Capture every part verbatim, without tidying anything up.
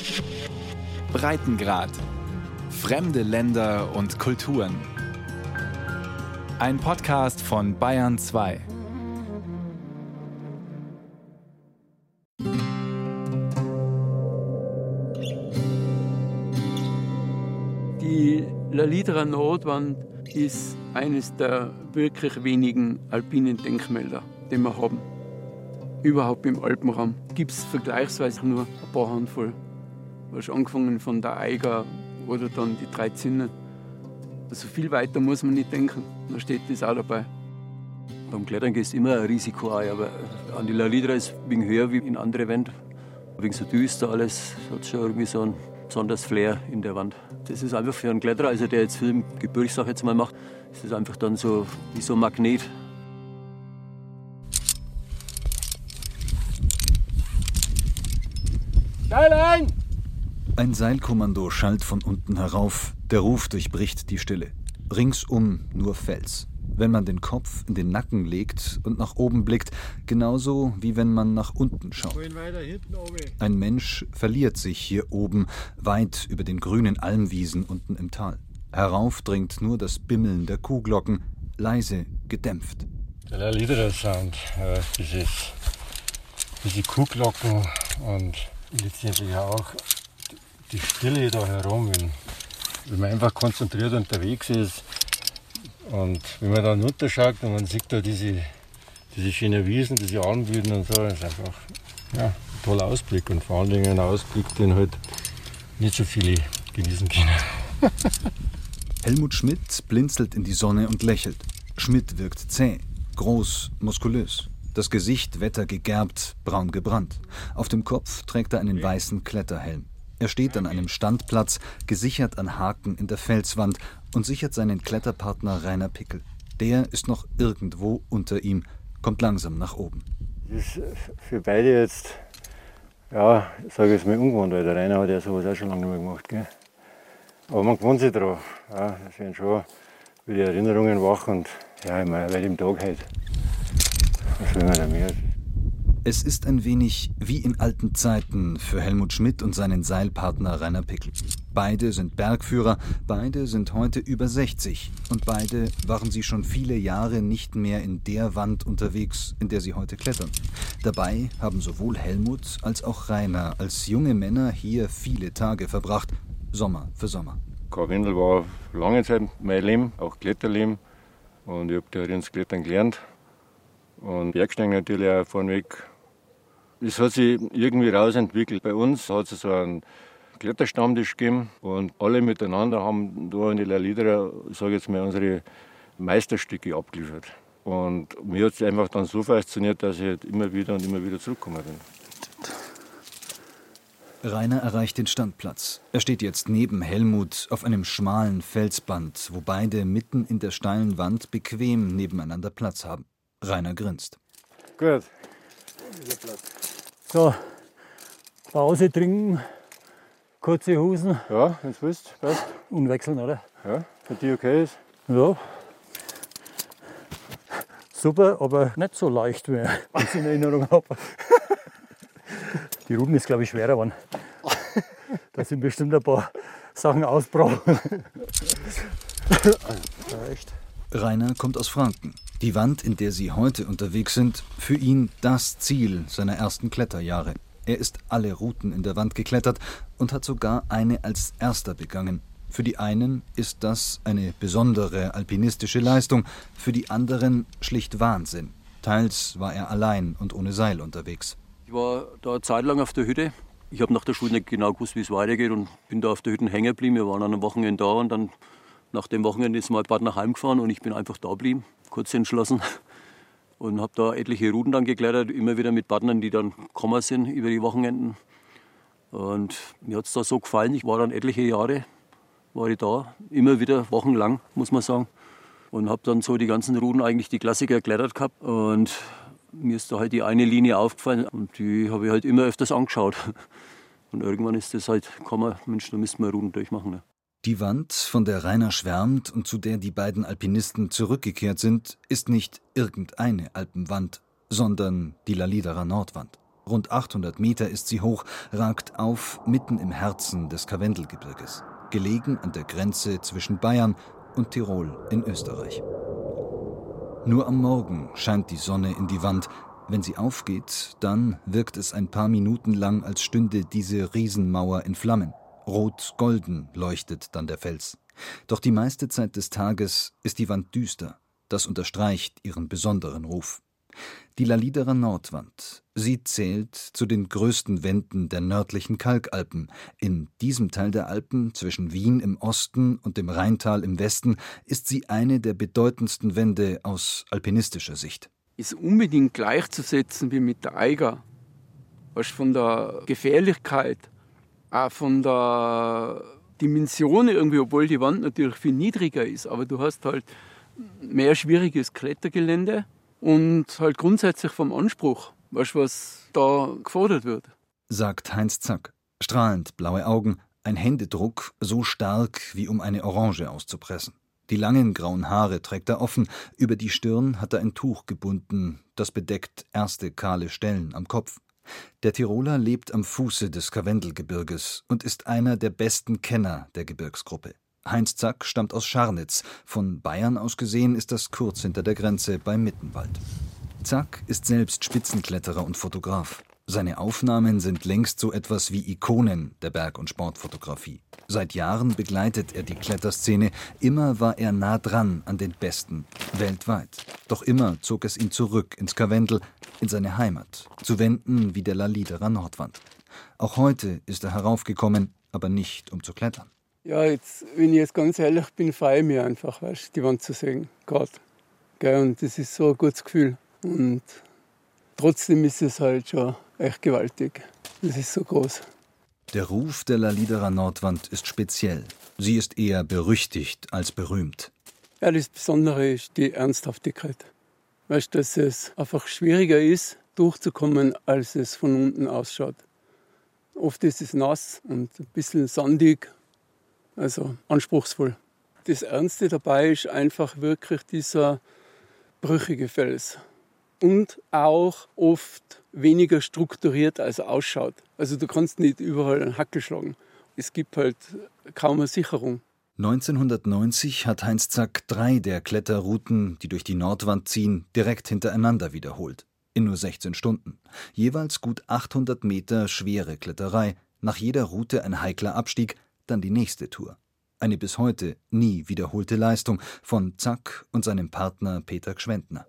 Breitengrad. Fremde Länder und Kulturen. Ein Podcast von Bayern zwei. Die Lalidra Nordwand ist eines der wirklich wenigen alpinen Denkmäler, die wir haben. Überhaupt im Alpenraum gibt es vergleichsweise nur ein paar Handvoll. Was angefangen von der Eiger oder dann die drei Zinnen. Also viel weiter muss man nicht denken, da steht das auch dabei. Beim Klettern ist immer ein Risiko ein, aber an die Lalidra ist es wegen höher wie in andere Wände. Wegen so düster alles, hat schon irgendwie so ein besonderes Flair in der Wand. Das ist einfach für einen Kletterer, also der jetzt viel im Gebirge, sag ich jetzt mal, macht, ist das einfach dann so wie so ein Magnet. Steil ein! Ein Seilkommando schallt von unten herauf. Der Ruf durchbricht die Stille. Ringsum nur Fels. Wenn man den Kopf in den Nacken legt und nach oben blickt, genauso wie wenn man nach unten schaut. Ein Mensch verliert sich hier oben, weit über den grünen Almwiesen unten im Tal. Herauf dringt nur das Bimmeln der Kuhglocken, leise, gedämpft. Der Lalidra-Sound, ja, dieses, diese Kuhglocken und letztendlich auch die Stille da herum, wenn, wenn man einfach konzentriert unterwegs ist und wenn man dann runterschaut und man sieht da diese, diese schönen Wiesen, diese Almböden und so, ist einfach ja, ein toller Ausblick und vor allen Dingen ein Ausblick, den halt nicht so viele genießen können. Helmut Schmidt blinzelt in die Sonne und lächelt. Schmidt wirkt zäh, groß, muskulös. Das Gesicht wettergegerbt, braun gebrannt. Auf dem Kopf trägt er einen weißen Kletterhelm. Er steht an einem Standplatz, gesichert an Haken in der Felswand und sichert seinen Kletterpartner Rainer Pickel. Der ist noch irgendwo unter ihm, kommt langsam nach oben. Das ist für beide jetzt, ja, sage ich jetzt mal ungewohnt, weil der Rainer hat ja sowas auch schon lange nicht mehr gemacht. Gell? Aber man gewöhnt sich daran. Ja, es werden schon wieder Erinnerungen wach und ja, ich meine, bei dem Tag heute. Was will man da mehr? Es ist ein wenig wie in alten Zeiten für Helmut Schmidt und seinen Seilpartner Rainer Pickel. Beide sind Bergführer, beide sind heute über sechzig und beide waren sie schon viele Jahre nicht mehr in der Wand unterwegs, in der sie heute klettern. Dabei haben sowohl Helmut als auch Rainer als junge Männer hier viele Tage verbracht, Sommer für Sommer. Karwendel war lange Zeit mein Leben, auch Kletterleben, und ich habe da ins Klettern gelernt. Und Bergsteigen natürlich auch vorneweg. Es hat sich irgendwie rausentwickelt. Bei uns hat es so einen Kletterstammtisch gegeben und alle miteinander haben da in die Lalidra, sage jetzt mal, unsere Meisterstücke abgeliefert. Und mir hat es einfach dann so fasziniert, dass ich halt immer wieder und immer wieder zurückgekommen bin. Rainer erreicht den Standplatz. Er steht jetzt neben Helmut auf einem schmalen Felsband, wo beide mitten in der steilen Wand bequem nebeneinander Platz haben. Rainer grinst. Gut. So, Pause trinken, kurze Hosen. Ja, wenn du willst, passt. Und wechseln, oder? Ja, für dich okay ist. Ja. Super, aber nicht so leicht, wie ich es in Erinnerung habe. Die Ruten ist, glaube ich, schwerer geworden. Da sind bestimmt ein paar Sachen ausgebrochen. Ja, echt. Rainer kommt aus Franken. Die Wand, in der sie heute unterwegs sind, für ihn das Ziel seiner ersten Kletterjahre. Er ist alle Routen in der Wand geklettert und hat sogar eine als erster begangen. Für die einen ist das eine besondere alpinistische Leistung, für die anderen schlicht Wahnsinn. Teils war er allein und ohne Seil unterwegs. Ich war da eine Zeit lang auf der Hütte. Ich habe nach der Schule nicht genau gewusst, wie es weitergeht und bin da auf der Hütte hängen geblieben. Wir waren an einem Wochenende da und dann nach dem Wochenende ist mein Partner heimgefahren und ich bin einfach da geblieben, kurz entschlossen. Und habe da etliche Routen dann geklettert, immer wieder mit Partnern, die dann gekommen sind über die Wochenenden. Und mir hat es da so gefallen, ich war dann etliche Jahre, war ich da, immer wieder wochenlang, muss man sagen. Und habe dann so die ganzen Routen, eigentlich die Klassiker, geklettert gehabt. Und mir ist da halt die eine Linie aufgefallen und die habe ich halt immer öfters angeschaut. Und irgendwann ist das halt gekommen, Mensch, da müssten wir Routen durchmachen. Ne? Die Wand, von der Rainer schwärmt und zu der die beiden Alpinisten zurückgekehrt sind, ist nicht irgendeine Alpenwand, sondern die Lalidra Nordwand. Rund achthundert Meter ist sie hoch, ragt auf mitten im Herzen des Karwendelgebirges, gelegen an der Grenze zwischen Bayern und Tirol in Österreich. Nur am Morgen scheint die Sonne in die Wand. Wenn sie aufgeht, dann wirkt es ein paar Minuten lang, als stünde diese Riesenmauer in Flammen. Rot-golden leuchtet dann der Fels. Doch die meiste Zeit des Tages ist die Wand düster. Das unterstreicht ihren besonderen Ruf. Die Laliderer Nordwand, sie zählt zu den größten Wänden der nördlichen Kalkalpen. In diesem Teil der Alpen, zwischen Wien im Osten und dem Rheintal im Westen, ist sie eine der bedeutendsten Wände aus alpinistischer Sicht. Ist unbedingt gleichzusetzen wie mit der Eiger. Was von der Gefährlichkeit, auch von der Dimension irgendwie, obwohl die Wand natürlich viel niedriger ist, aber du hast halt mehr schwieriges Klettergelände und halt grundsätzlich vom Anspruch, weißt, was da gefordert wird. Sagt Heinz Zack. Strahlend blaue Augen, ein Händedruck so stark, wie um eine Orange auszupressen. Die langen grauen Haare trägt er offen, über die Stirn hat er ein Tuch gebunden, das bedeckt erste kahle Stellen am Kopf. Der Tiroler lebt am Fuße des Karwendelgebirges und ist einer der besten Kenner der Gebirgsgruppe. Heinz Zack stammt aus Scharnitz. Von Bayern aus gesehen ist das kurz hinter der Grenze bei Mittenwald. Zack ist selbst Spitzenkletterer und Fotograf. Seine Aufnahmen sind längst so etwas wie Ikonen der Berg- und Sportfotografie. Seit Jahren begleitet er die Kletterszene. Immer war er nah dran an den Besten, weltweit. Doch immer zog es ihn zurück ins Karwendel, in seine Heimat, zu Wänden wie der Laliderer Nordwand. Auch heute ist er heraufgekommen, aber nicht um zu klettern. Ja, jetzt, wenn ich jetzt ganz ehrlich bin, freue ich mich einfach, weißt, die Wand zu sehen, gerade. Und das ist so ein gutes Gefühl. Und trotzdem ist es halt schon echt gewaltig. Das ist so groß. Der Ruf der Laliderer Nordwand ist speziell. Sie ist eher berüchtigt als berühmt. Ja, das Besondere ist die Ernsthaftigkeit. Weißt du, dass es einfach schwieriger ist, durchzukommen, als es von unten ausschaut. Oft ist es nass und ein bisschen sandig. Also anspruchsvoll. Das Ernste dabei ist einfach wirklich dieser brüchige Fels. Und auch oft weniger strukturiert, als er ausschaut. Also du kannst nicht überall einen Hackel schlagen. Es gibt halt kaum eine Sicherung. neunzehnhundertneunzig hat Heinz Zack drei der Kletterrouten, die durch die Nordwand ziehen, direkt hintereinander wiederholt. In nur sechzehn Stunden. Jeweils gut achthundert Meter schwere Kletterei. Nach jeder Route ein heikler Abstieg, dann die nächste Tour. Eine bis heute nie wiederholte Leistung von Zack und seinem Partner Peter Gschwendtner.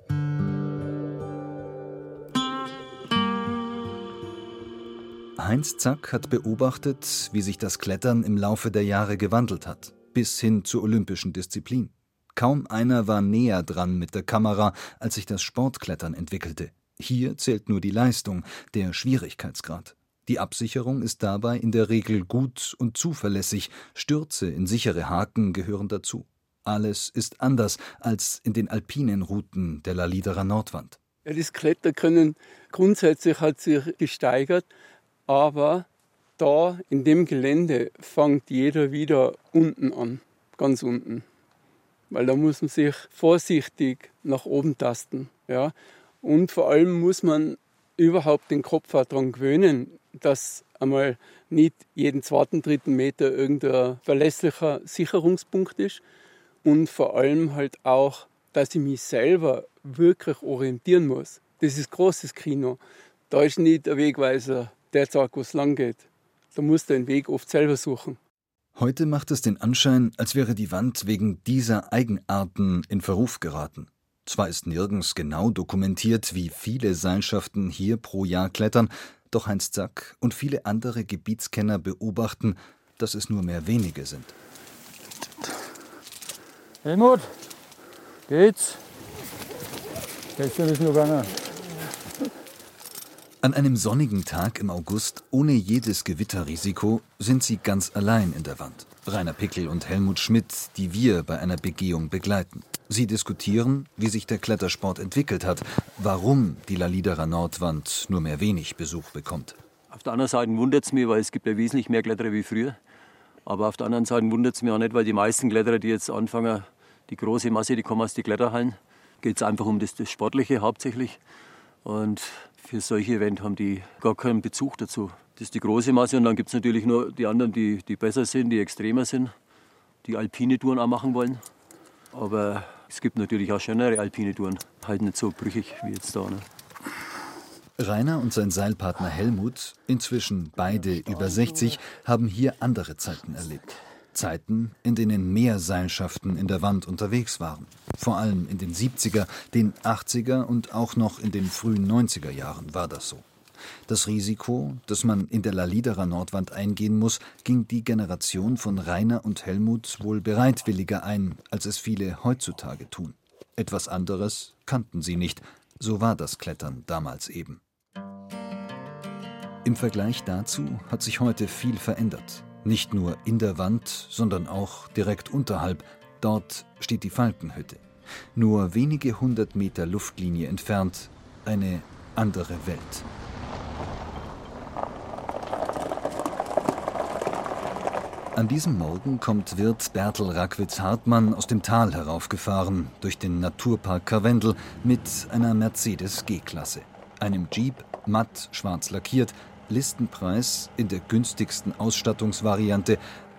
Heinz Zack hat beobachtet, wie sich das Klettern im Laufe der Jahre gewandelt hat, bis hin zur olympischen Disziplin. Kaum einer war näher dran mit der Kamera, als sich das Sportklettern entwickelte. Hier zählt nur die Leistung, der Schwierigkeitsgrad. Die Absicherung ist dabei in der Regel gut und zuverlässig. Stürze in sichere Haken gehören dazu. Alles ist anders als in den alpinen Routen der Laliderer Nordwand. Ja, das Kletterkönnen grundsätzlich hat sich gesteigert, aber da in dem Gelände fängt jeder wieder unten an, ganz unten. Weil da muss man sich vorsichtig nach oben tasten. Ja? Und vor allem muss man überhaupt den Kopf auch daran gewöhnen, dass einmal nicht jeden zweiten, dritten Meter irgendein verlässlicher Sicherungspunkt ist und vor allem halt auch, dass ich mich selber wirklich orientieren muss. Das ist großes Kino. Da ist nicht der Wegweiser, der sagt, wo es lang geht. Da musst du den Weg oft selber suchen. Heute macht es den Anschein, als wäre die Wand wegen dieser Eigenarten in Verruf geraten. Zwar ist nirgends genau dokumentiert, wie viele Seilschaften hier pro Jahr klettern, doch Heinz Zack und viele andere Gebietskenner beobachten, dass es nur mehr wenige sind. Helmut, geht's? Geht's ja nicht nur gerne. An einem sonnigen Tag im August, ohne jedes Gewitterrisiko, sind sie ganz allein in der Wand. Rainer Pickel und Helmut Schmidt, die wir bei einer Begehung begleiten. Sie diskutieren, wie sich der Klettersport entwickelt hat, warum die Laliderer Nordwand nur mehr wenig Besuch bekommt. Auf der anderen Seite wundert es mich, weil es gibt ja wesentlich mehr Kletterer wie früher. Aber auf der anderen Seite wundert es mich auch nicht, weil die meisten Kletterer, die jetzt anfangen, die große Masse, die kommen aus den Kletterhallen. Geht es einfach um das, das Sportliche hauptsächlich. Und für solche Events haben die gar keinen Bezug dazu. Das ist die große Masse und dann gibt es natürlich nur die anderen, die, die besser sind, die extremer sind, die alpine Touren auch machen wollen. Aber es gibt natürlich auch schönere alpine Touren, halt nicht so brüchig wie jetzt da. Ne? Rainer und sein Seilpartner Helmut, inzwischen beide über sechzig, haben hier andere Zeiten erlebt. Zeiten, in denen mehr Seilschaften in der Wand unterwegs waren. Vor allem in den siebziger, den achtziger und auch noch in den frühen neunziger Jahren war das so. Das Risiko, das man in der Laliderer Nordwand eingehen muss, ging die Generation von Rainer und Helmut wohl bereitwilliger ein, als es viele heutzutage tun. Etwas anderes kannten sie nicht, so war das Klettern damals eben. Im Vergleich dazu hat sich heute viel verändert. Nicht nur in der Wand, sondern auch direkt unterhalb. Dort steht die Falkenhütte. Nur wenige hundert Meter Luftlinie entfernt, eine andere Welt. An diesem Morgen kommt Wirt Bertel Rackwitz-Hartmann aus dem Tal heraufgefahren, durch den Naturpark Karwendel mit einer Mercedes G-Klasse. Einem Jeep, matt schwarz lackiert, Listenpreis in der günstigsten Ausstattungsvariante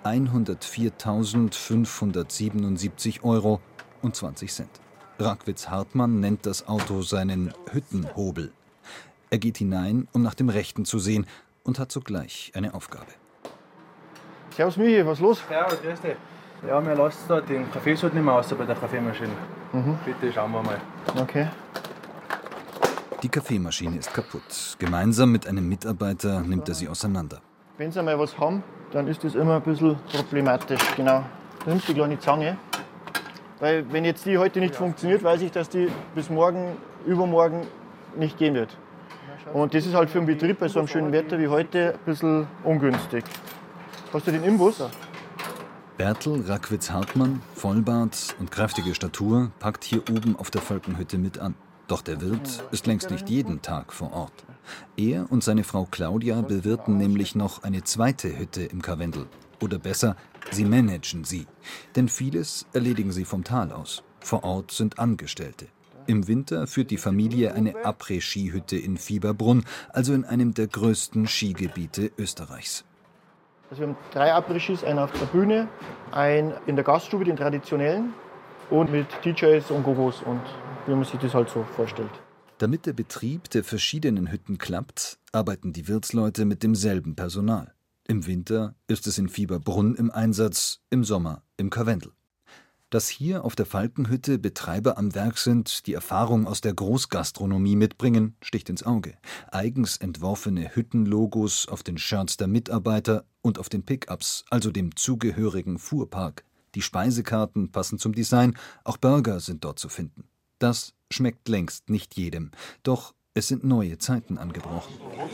hundertviertausendfünfhundertsiebenundsiebzig Euro und zwanzig Cent. Rackwitz-Hartmann nennt das Auto seinen Hüttenhobel. Er geht hinein, um nach dem Rechten zu sehen und hat sogleich eine Aufgabe. Servus Michi, was ist los? Ja, grüß dich. Ja, wir lassen da den Kaffeesud nicht mehr raus bei der Kaffeemaschine. Mhm. Bitte schauen wir mal. Okay. Die Kaffeemaschine ist kaputt. Gemeinsam mit einem Mitarbeiter nimmt er sie auseinander. Wenn sie einmal was haben, dann ist das immer ein bisschen problematisch. Genau. Da nimmst du die kleine Zange. Weil wenn jetzt die heute nicht funktioniert, weiß ich, dass die bis morgen, übermorgen nicht gehen wird. Und das ist halt für einen Betrieb bei so einem schönen Wetter wie heute ein bisschen ungünstig. Hast du den Imbus? Bertel Rackwitz-Hartmann, Vollbart und kräftige Statur, packt hier oben auf der Falkenhütte mit an. Doch der Wirt ist längst nicht jeden Tag vor Ort. Er und seine Frau Claudia bewirten nämlich noch eine zweite Hütte im Karwendel. Oder besser, sie managen sie. Denn vieles erledigen sie vom Tal aus. Vor Ort sind Angestellte. Im Winter führt die Familie eine Après-Ski-Hütte in Fieberbrunn, also in einem der größten Skigebiete Österreichs. Also wir haben drei Après-Skis, einen auf der Bühne, einen in der Gaststube, den traditionellen, und mit D Js und Gogos und wie man sich das halt so vorstellt. Damit der Betrieb der verschiedenen Hütten klappt, arbeiten die Wirtsleute mit demselben Personal. Im Winter ist es in Fieberbrunn im Einsatz, im Sommer im Karwendel. Dass hier auf der Falkenhütte Betreiber am Werk sind, die Erfahrung aus der Großgastronomie mitbringen, sticht ins Auge. Eigens entworfene Hüttenlogos auf den Shirts der Mitarbeiter und auf den Pickups, also dem zugehörigen Fuhrpark. Die Speisekarten passen zum Design, auch Burger sind dort zu finden. Das schmeckt längst nicht jedem, doch es sind neue Zeiten angebrochen.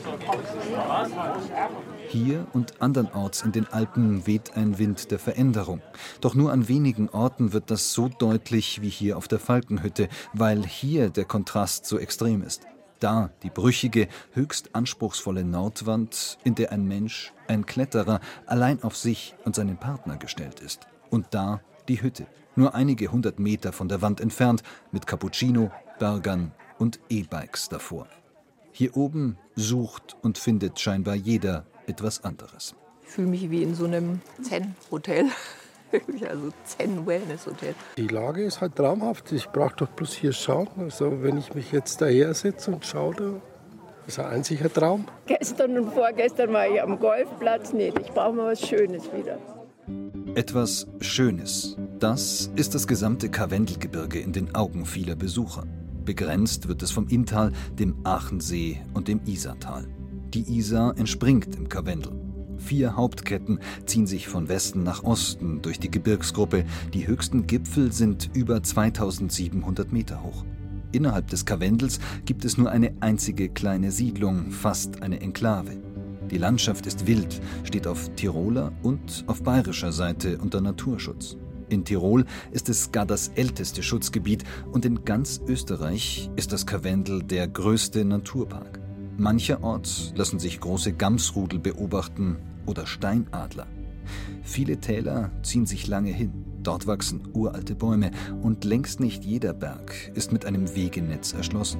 Hier und andernorts in den Alpen weht ein Wind der Veränderung. Doch nur an wenigen Orten wird das so deutlich wie hier auf der Falkenhütte, weil hier der Kontrast so extrem ist. Da die brüchige, höchst anspruchsvolle Nordwand, in der ein Mensch, ein Kletterer, allein auf sich und seinen Partner gestellt ist. Und da die Hütte, nur einige hundert Meter von der Wand entfernt, mit Cappuccino, Burgern und E-Bikes davor. Hier oben sucht und findet scheinbar jeder etwas anderes. Ich fühle mich wie in so einem Zen-Hotel, also Zen-Wellness-Hotel. Die Lage ist halt traumhaft. Ich brauche doch bloß hier schauen. Also wenn ich mich jetzt daher setze und schaue, da ist ein einziger Traum. Gestern und vorgestern war ich am Golfplatz. Nee, ich brauche mal was Schönes wieder. Etwas Schönes. Das ist das gesamte Karwendelgebirge in den Augen vieler Besucher. Begrenzt wird es vom Inntal, dem Aachensee und dem Isartal. Die Isar entspringt im Karwendel. Vier Hauptketten ziehen sich von Westen nach Osten durch die Gebirgsgruppe. Die höchsten Gipfel sind über zweitausendsiebenhundert Meter hoch. Innerhalb des Karwendels gibt es nur eine einzige kleine Siedlung, fast eine Enklave. Die Landschaft ist wild, steht auf Tiroler und auf bayerischer Seite unter Naturschutz. In Tirol ist es gar das älteste Schutzgebiet und in ganz Österreich ist das Karwendel der größte Naturpark. Mancherorts lassen sich große Gamsrudel beobachten oder Steinadler. Viele Täler ziehen sich lange hin. Dort wachsen uralte Bäume und längst nicht jeder Berg ist mit einem Wegenetz erschlossen.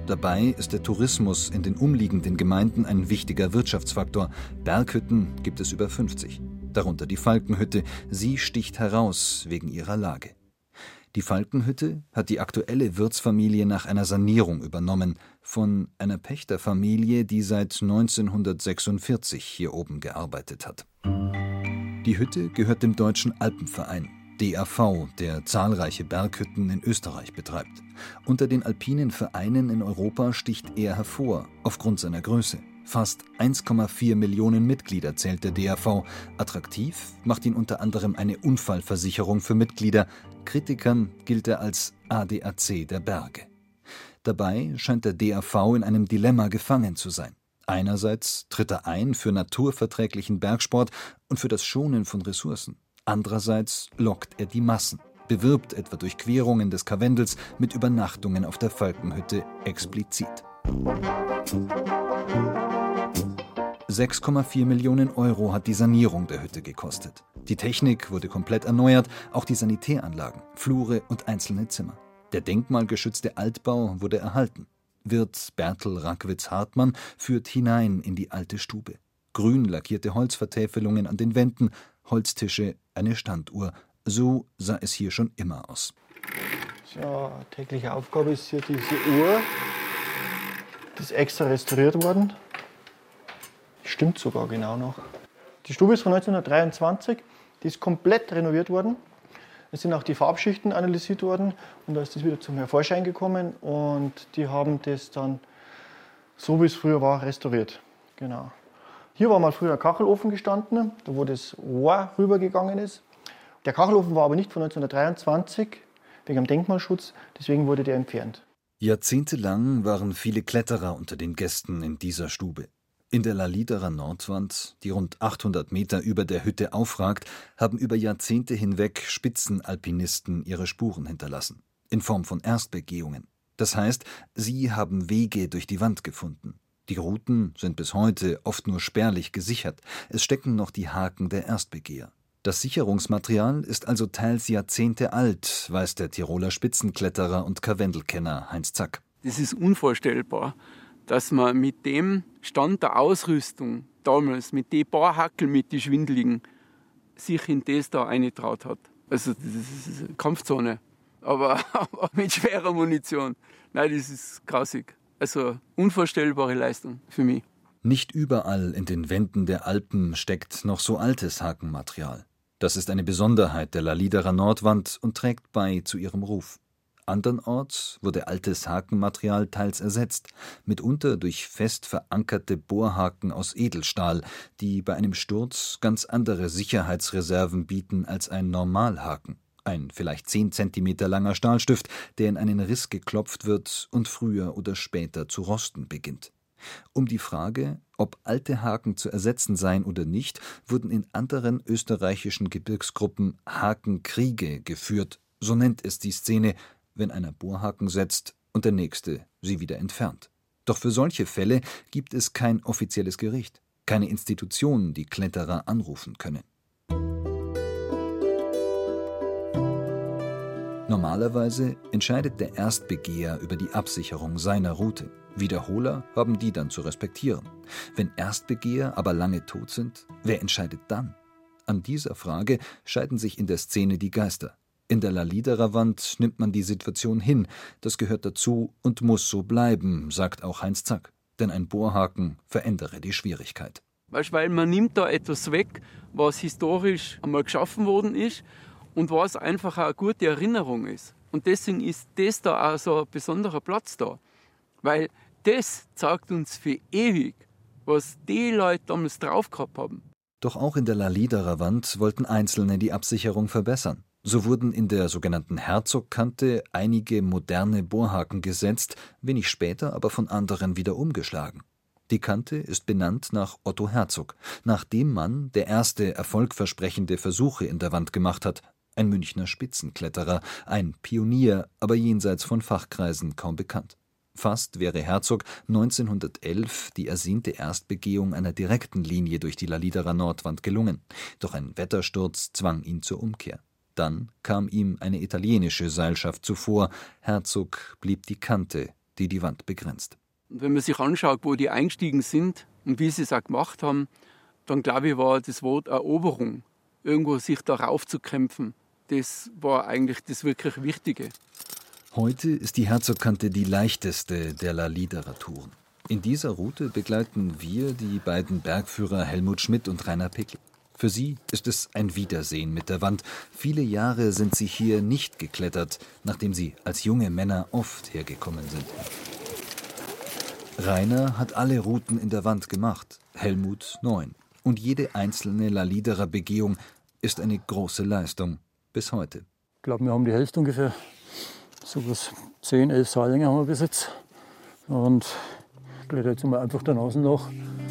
Dabei ist der Tourismus in den umliegenden Gemeinden ein wichtiger Wirtschaftsfaktor. Berghütten gibt es über fünfzig. Darunter die Falkenhütte. Sie sticht heraus wegen ihrer Lage. Die Falkenhütte hat die aktuelle Wirtsfamilie nach einer Sanierung übernommen, von einer Pächterfamilie, die seit neunzehnhundertsechsundvierzig hier oben gearbeitet hat. Die Hütte gehört dem Deutschen Alpenverein, D A V, der zahlreiche Berghütten in Österreich betreibt. Unter den alpinen Vereinen in Europa sticht er hervor, aufgrund seiner Größe. Fast eins Komma vier Millionen Mitglieder zählt der D A V. Attraktiv macht ihn unter anderem eine Unfallversicherung für Mitglieder. Kritikern gilt er als A D A C der Berge. Dabei scheint der D A V in einem Dilemma gefangen zu sein. Einerseits tritt er ein für naturverträglichen Bergsport und für das Schonen von Ressourcen. Andererseits lockt er die Massen, bewirbt etwa durch Querungen des Karwendels mit Übernachtungen auf der Falkenhütte explizit. sechs Komma vier Millionen Euro hat die Sanierung der Hütte gekostet. Die Technik wurde komplett erneuert, auch die Sanitäranlagen, Flure und einzelne Zimmer. Der denkmalgeschützte Altbau wurde erhalten. Wirt Bertel Rackwitz-Hartmann führt hinein in die alte Stube. Grün lackierte Holzvertäfelungen an den Wänden, Holztische, eine Standuhr. So sah es hier schon immer aus. So, tägliche Aufgabe ist hier diese Uhr. Die ist extra restauriert worden. Stimmt sogar genau noch. Die Stube ist von neunzehnhundertdreiundzwanzig. Die ist komplett renoviert worden. Es sind auch die Farbschichten analysiert worden und da ist das wieder zum Hervorschein gekommen und die haben das dann, so wie es früher war, restauriert. Genau. Hier war mal früher ein Kachelofen gestanden, da wo das Rohr rübergegangen ist. Der Kachelofen war aber nicht von neunzehnhundertdreiundzwanzig, wegen dem Denkmalschutz, deswegen wurde der entfernt. Jahrzehntelang waren viele Kletterer unter den Gästen in dieser Stube. In der Laliderer Nordwand, die rund achthundert Meter über der Hütte aufragt, haben über Jahrzehnte hinweg Spitzenalpinisten ihre Spuren hinterlassen, in Form von Erstbegehungen. Das heißt, sie haben Wege durch die Wand gefunden. Die Routen sind bis heute oft nur spärlich gesichert. Es stecken noch die Haken der Erstbegeher. Das Sicherungsmaterial ist also teils Jahrzehnte alt, weiß der Tiroler Spitzenkletterer und Karwendelkenner Heinz Zack. Das ist unvorstellbar, dass man mit dem Stand der Ausrüstung damals, mit den paar Hackeln, mit den Schwindeligen, sich in das da eingetraut hat. Also das ist eine Kampfzone, aber, aber mit schwerer Munition. Nein, das ist grausig. Also unvorstellbare Leistung für mich. Nicht überall in den Wänden der Alpen steckt noch so altes Hakenmaterial. Das ist eine Besonderheit der Laliderer Nordwand und trägt bei zu ihrem Ruf. Andernorts wurde altes Hakenmaterial teils ersetzt, mitunter durch fest verankerte Bohrhaken aus Edelstahl, die bei einem Sturz ganz andere Sicherheitsreserven bieten als ein Normalhaken. Ein vielleicht zehn Zentimeter langer Stahlstift, der in einen Riss geklopft wird und früher oder später zu rosten beginnt. Um die Frage, ob alte Haken zu ersetzen seien oder nicht, wurden in anderen österreichischen Gebirgsgruppen Hakenkriege geführt, so nennt es die Szene, wenn einer Bohrhaken setzt und der nächste sie wieder entfernt. Doch für solche Fälle gibt es kein offizielles Gericht, keine Institutionen, die Kletterer anrufen können. Normalerweise entscheidet der Erstbegeher über die Absicherung seiner Route. Wiederholer haben die dann zu respektieren. Wenn Erstbegeher aber lange tot sind, wer entscheidet dann? An dieser Frage scheiden sich in der Szene die Geister. In der Laliderer Wand nimmt man die Situation hin. Das gehört dazu und muss so bleiben, sagt auch Heinz Zack. Denn ein Bohrhaken verändere die Schwierigkeit. Weißt, weil man nimmt da etwas weg, was historisch einmal geschaffen worden ist und was einfach eine gute Erinnerung ist. Und deswegen ist das da auch so ein besonderer Platz da. Weil das zeigt uns für ewig, was die Leute damals drauf gehabt haben. Doch auch in der Laliderer Wand wollten Einzelne die Absicherung verbessern. So wurden in der sogenannten Herzogkante einige moderne Bohrhaken gesetzt, wenig später aber von anderen wieder umgeschlagen. Die Kante ist benannt nach Otto Herzog, nach dem Mann, der erste erfolgversprechende Versuche in der Wand gemacht hat. Ein Münchner Spitzenkletterer, ein Pionier, aber jenseits von Fachkreisen kaum bekannt. Fast wäre Herzog neunzehnhundertelf die ersehnte Erstbegehung einer direkten Linie durch die Laliderer Nordwand gelungen. Doch ein Wettersturz zwang ihn zur Umkehr. Dann kam ihm eine italienische Seilschaft zuvor. Herzog blieb die Kante die die Wand begrenzt. Und wenn man sich anschaut, wo die eingestiegen sind und wie sie es auch gemacht haben, dann glaube ich, war das Wort Eroberung, irgendwo sich darauf zu kämpfen, das war eigentlich das wirklich Wichtige. Heute ist die Herzogkante die leichteste der Laliderer Touren. In dieser Route begleiten wir die beiden Bergführer Helmut Schmidt und Rainer Pickel. Für sie ist es ein Wiedersehen mit der Wand. Viele Jahre sind sie hier nicht geklettert, nachdem sie als junge Männer oft hergekommen sind. Rainer hat alle Routen in der Wand gemacht, Helmut neun. Und jede einzelne Laliderer Begehung ist eine große Leistung, bis heute. Ich glaube, wir haben die Hälfte ungefähr, so was zehn, elf Seillänge haben wir bis jetzt. Und ich kletter jetzt mal einfach der Nase nach.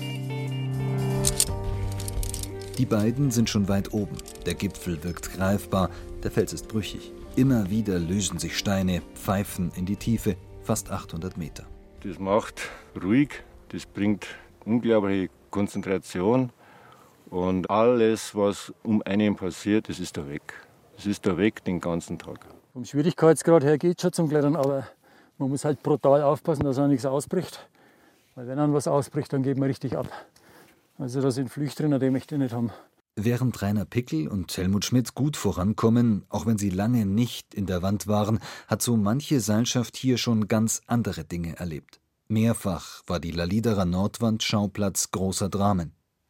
Die beiden sind schon weit oben. Der Gipfel wirkt greifbar, der Fels ist brüchig. Immer wieder lösen sich Steine, pfeifen in die Tiefe, fast achthundert Meter. Das macht ruhig, das bringt unglaubliche Konzentration. Und alles, was um einen passiert, das ist da weg. Das ist da weg den ganzen Tag. Vom Schwierigkeitsgrad her geht es schon zum Klettern, aber man muss halt brutal aufpassen, dass auch nichts ausbricht. Weil wenn dann was ausbricht, dann geht man richtig ab. Also da sind Flüchte drin, die möchte ich nicht haben. Während Rainer Pickel und Helmut Schmidt gut vorankommen, auch wenn sie lange nicht in der Wand waren, hat so manche Seilschaft hier schon ganz andere Dinge erlebt. Mehrfach war die Laliderer Nordwand Schauplatz großer Dramen.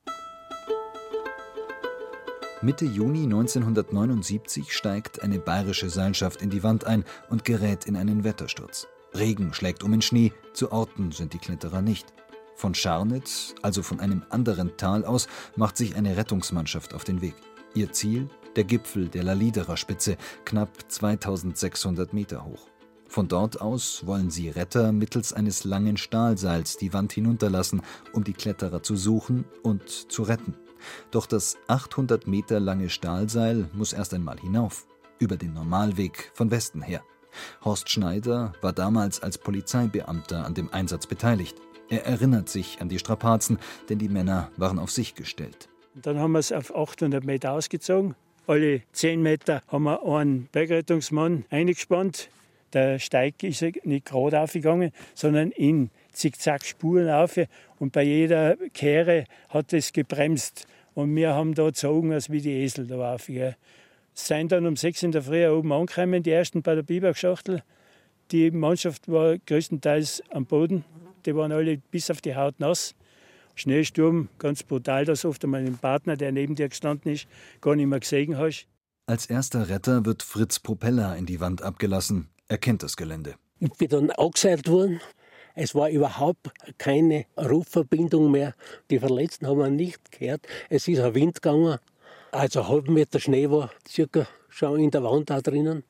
Mitte Juni neunzehnhundertneunundsiebzig steigt eine bayerische Seilschaft in die Wand ein und gerät in einen Wettersturz. Regen schlägt um in Schnee, zu orten sind die Kletterer nicht. Von Scharnitz, also von einem anderen Tal aus, macht sich eine Rettungsmannschaft auf den Weg. Ihr Ziel? Der Gipfel der Laliderer Spitze, knapp zweitausendsechshundert Meter hoch. Von dort aus wollen sie Retter mittels eines langen Stahlseils die Wand hinunterlassen, um die Kletterer zu suchen und zu retten. Doch das achthundert Meter lange Stahlseil muss erst einmal hinauf, über den Normalweg von Westen her. Horst Schneider war damals als Polizeibeamter an dem Einsatz beteiligt. Er erinnert sich an die Strapazen, denn die Männer waren auf sich gestellt. Und dann haben wir es auf achthundert Meter ausgezogen. Alle zehn Meter haben wir einen Bergrettungsmann eingespannt. Der Steig ist nicht gerade aufgegangen, sondern in Zickzack-Spuren auf. Und bei jeder Kehre hat es gebremst. Und wir haben da gezogen, als wie die Esel da auf. Es sind dann um sechs in der Früh oben angekommen, die ersten bei der Bibergschachtel. Die Mannschaft war größtenteils am Boden. Die waren alle bis auf die Haut nass. Schneesturm, ganz brutal, dass oft einmal ein Partner, der neben dir gestanden ist, gar nicht mehr gesehen hast. Als erster Retter wird Fritz Propeller in die Wand abgelassen. Er kennt das Gelände. Ich bin dann angeseilt worden. Es war überhaupt keine Rufverbindung mehr. Die Verletzten haben wir nicht gehört. Es ist ein Wind gegangen. Also ein halben Meter Schnee war circa schon in der Wand da drinnen.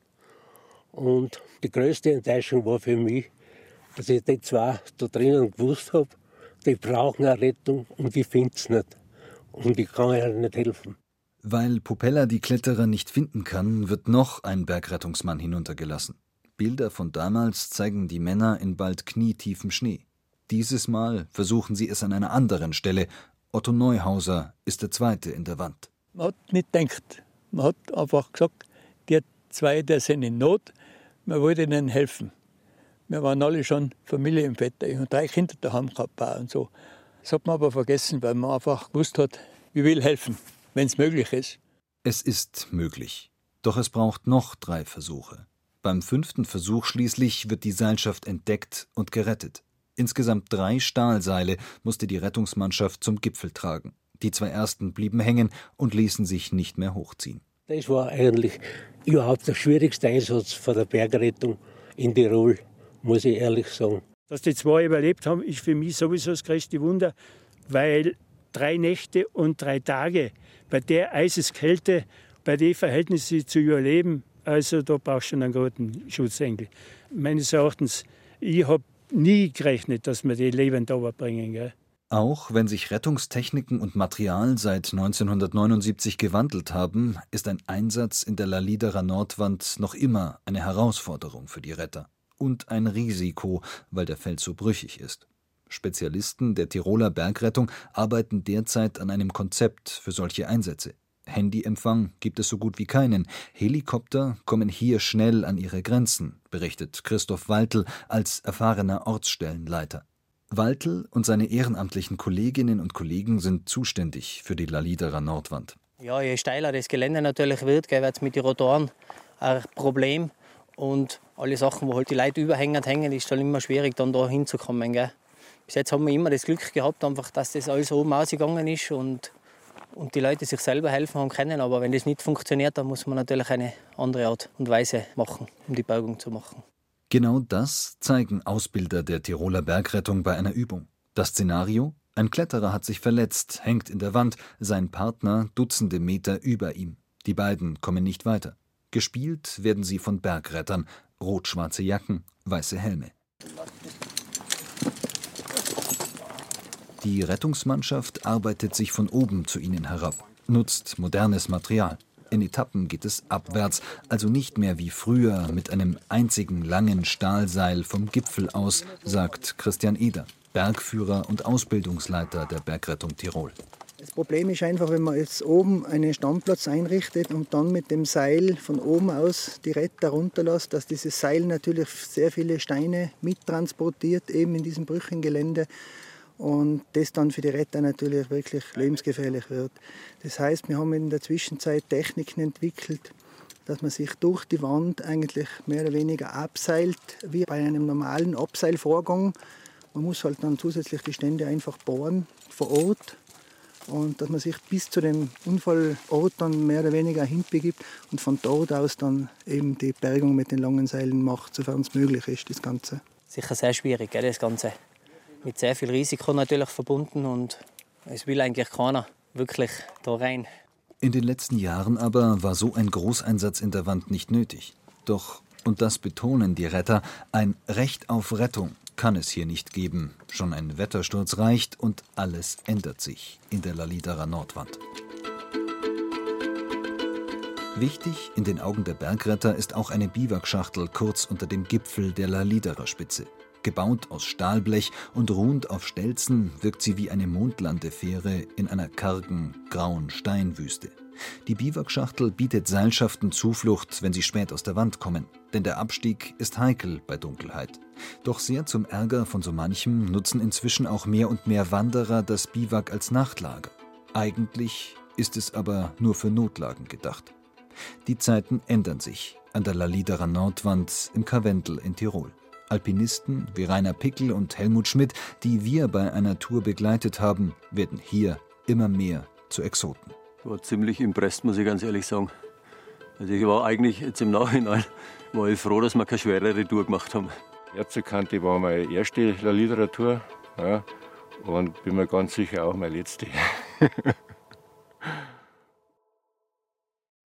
Und die größte Enttäuschung war für mich, dass ich die zwei da drinnen gewusst habe, die brauchen eine Rettung und ich finde es nicht. Und ich kann ihnen nicht helfen. Weil Propeller die Kletterer nicht finden kann, wird noch ein Bergrettungsmann hinuntergelassen. Bilder von damals zeigen die Männer in bald knietiefem Schnee. Dieses Mal versuchen sie es an einer anderen Stelle. Otto Neuhauser ist der Zweite in der Wand. Man hat nicht gedacht. Man hat einfach gesagt, die zwei, die sind in Not, man wollte ihnen helfen. Wir waren alle schon Familie im Vetter. Ich habe drei Kinder daheim gehabt und so. Das hat man aber vergessen, weil man einfach gewusst hat, ich will helfen, wenn es möglich ist. Es ist möglich. Doch es braucht noch drei Versuche. Beim fünften Versuch schließlich wird die Seilschaft entdeckt und gerettet. Insgesamt drei Stahlseile musste die Rettungsmannschaft zum Gipfel tragen. Die zwei ersten blieben hängen und ließen sich nicht mehr hochziehen. Das war eigentlich überhaupt der schwierigste Einsatz von der Bergrettung in Tirol, muss ich ehrlich sagen. Dass die zwei überlebt haben, ist für mich sowieso das größte Wunder, weil drei Nächte und drei Tage bei der Eiseskälte, bei den Verhältnissen zu überleben, also da brauchst du schon einen guten Schutzengel. Meines Erachtens, ich habe nie gerechnet, dass wir die lebend runterbringen. Gell? Auch wenn sich Rettungstechniken und Material seit neunzehnhundertneunundsiebzig gewandelt haben, ist ein Einsatz in der Laliderer Nordwand noch immer eine Herausforderung für die Retter. Und ein Risiko, weil der Fels so brüchig ist. Spezialisten der Tiroler Bergrettung arbeiten derzeit an einem Konzept für solche Einsätze. Handyempfang gibt es so gut wie keinen. Helikopter kommen hier schnell an ihre Grenzen, berichtet Christoph Waltl als erfahrener Ortsstellenleiter. Waltl und seine ehrenamtlichen Kolleginnen und Kollegen sind zuständig für die Laliderer Nordwand. Ja, je steiler das Gelände natürlich wird, wird es mit den Rotoren ein Problem. Und alle Sachen, wo halt die Leute überhängen, hängen, ist dann immer schwierig, dann da hinzukommen. Gell? Bis jetzt haben wir immer das Glück gehabt, einfach, dass das alles oben ausgegangen ist und, und die Leute sich selber helfen haben können. Aber wenn das nicht funktioniert, dann muss man natürlich eine andere Art und Weise machen, um die Bergung zu machen. Genau das zeigen Ausbilder der Tiroler Bergrettung bei einer Übung. Das Szenario: Ein Kletterer hat sich verletzt, hängt in der Wand, sein Partner Dutzende Meter über ihm. Die beiden kommen nicht weiter. Gespielt werden sie von Bergrettern, rot-schwarze Jacken, weiße Helme. Die Rettungsmannschaft arbeitet sich von oben zu ihnen herab, nutzt modernes Material. In Etappen geht es abwärts, also nicht mehr wie früher mit einem einzigen langen Stahlseil vom Gipfel aus, sagt Christian Eder, Bergführer und Ausbildungsleiter der Bergrettung Tirol. Das Problem ist einfach, wenn man jetzt oben einen Standplatz einrichtet und dann mit dem Seil von oben aus die Retter runterlässt, dass dieses Seil natürlich sehr viele Steine mittransportiert, eben in diesem Brückengelände. Und das dann für die Retter natürlich wirklich lebensgefährlich wird. Das heißt, wir haben in der Zwischenzeit Techniken entwickelt, dass man sich durch die Wand eigentlich mehr oder weniger abseilt, wie bei einem normalen Abseilvorgang. Man muss halt dann zusätzlich die Stände einfach bohren vor Ort und dass man sich bis zu dem Unfallort dann mehr oder weniger hinbegibt und von dort aus dann eben die Bergung mit den langen Seilen macht, sofern es möglich ist, das Ganze. Sicher sehr schwierig, gell, das Ganze. Mit sehr viel Risiko natürlich verbunden und es will eigentlich keiner wirklich da rein. In den letzten Jahren aber war so ein Großeinsatz in der Wand nicht nötig. Doch, und das betonen die Retter, ein Recht auf Rettung kann es hier nicht geben. Schon ein Wettersturz reicht und alles ändert sich in der Laliderer Nordwand. Wichtig in den Augen der Bergretter ist auch eine Biwakschachtel kurz unter dem Gipfel der Laliderer Spitze. Gebaut aus Stahlblech und ruhend auf Stelzen wirkt sie wie eine Mondlandefähre in einer kargen, grauen Steinwüste. Die Biwakschachtel bietet Seilschaften Zuflucht, wenn sie spät aus der Wand kommen, denn der Abstieg ist heikel bei Dunkelheit. Doch sehr zum Ärger von so manchem nutzen inzwischen auch mehr und mehr Wanderer das Biwak als Nachtlager. Eigentlich ist es aber nur für Notlagen gedacht. Die Zeiten ändern sich an der Laliderer Nordwand im Karwendel in Tirol. Alpinisten wie Rainer Pickel und Helmut Schmidt, die wir bei einer Tour begleitet haben, werden hier immer mehr zu Exoten. Ich war ziemlich impressed, muss ich ganz ehrlich sagen. Also ich war eigentlich jetzt im Nachhinein war ich froh, dass wir keine schwerere Tour gemacht haben. Erzerkante war meine erste Laliderer Tour, ja, und bin mir ganz sicher auch meine letzte.